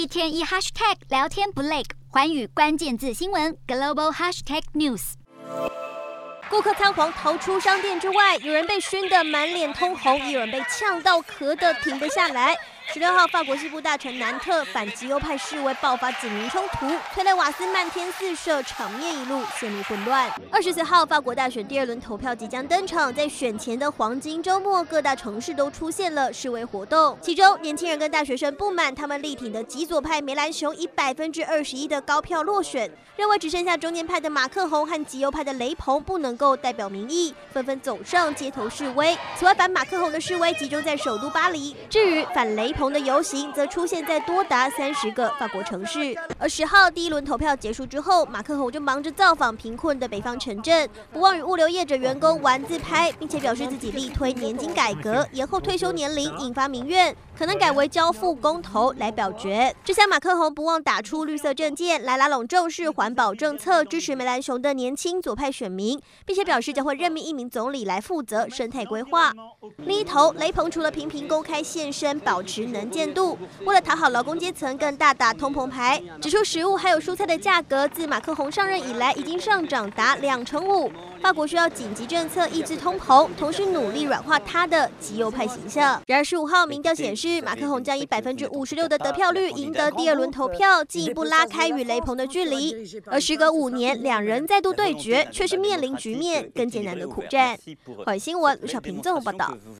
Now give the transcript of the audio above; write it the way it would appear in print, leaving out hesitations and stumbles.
天一 hashtag 聊天不累，寰宇关键字新闻 global hashtag news。 顾客仓皇逃出商店之外，有人被熏得满脸通红，也有人被呛到咳得停不下来。16号，法国西部大城南特反极右派示威爆发警民冲突，催泪瓦斯漫天四射，场面一路陷入混乱。24号，法国大选第2轮投票即将登场，在选前的黄金周末，各大城市都出现了示威活动。其中，年轻人跟大学生不满他们力挺的极左派梅兰雄以21%的高票落选，认为只剩下中间派的马克宏和极右派的雷朋不能够代表民意，纷纷走上街头示威。此外，反马克宏的示威集中在首都巴黎，至于反雷朋的游行则出现在多达30个法国城市。而10号第1轮投票结束之后，马克宏就忙着造访贫困的北方城镇，不忘与物流业者员工玩自拍，并且表示自己力推年金改革，延后退休年龄，引发民怨，可能改为交付公投来表决。这下马克宏不忘打出绿色政见，来拉拢重视环保政策、支持梅兰雄的年轻左派选民，并且表示将会任命1名总理来负责生态规划。另一头，雷朋除了频频公开现身，保持能见度，为了讨好劳工阶层，更大打通膨牌，指出食物还有蔬菜的价格自马克宏上任以来已经上涨达2.5%。法国需要紧急政策抑制通膨，同时努力软化他的极右派形象。然而15号民调显示，马克宏将以56%的得票率赢得第2轮投票，进一步拉开与雷朋的距离。而时隔5年，两人再度对决，却是面临局面更艰难的苦战。华语新闻卢小平综合报道。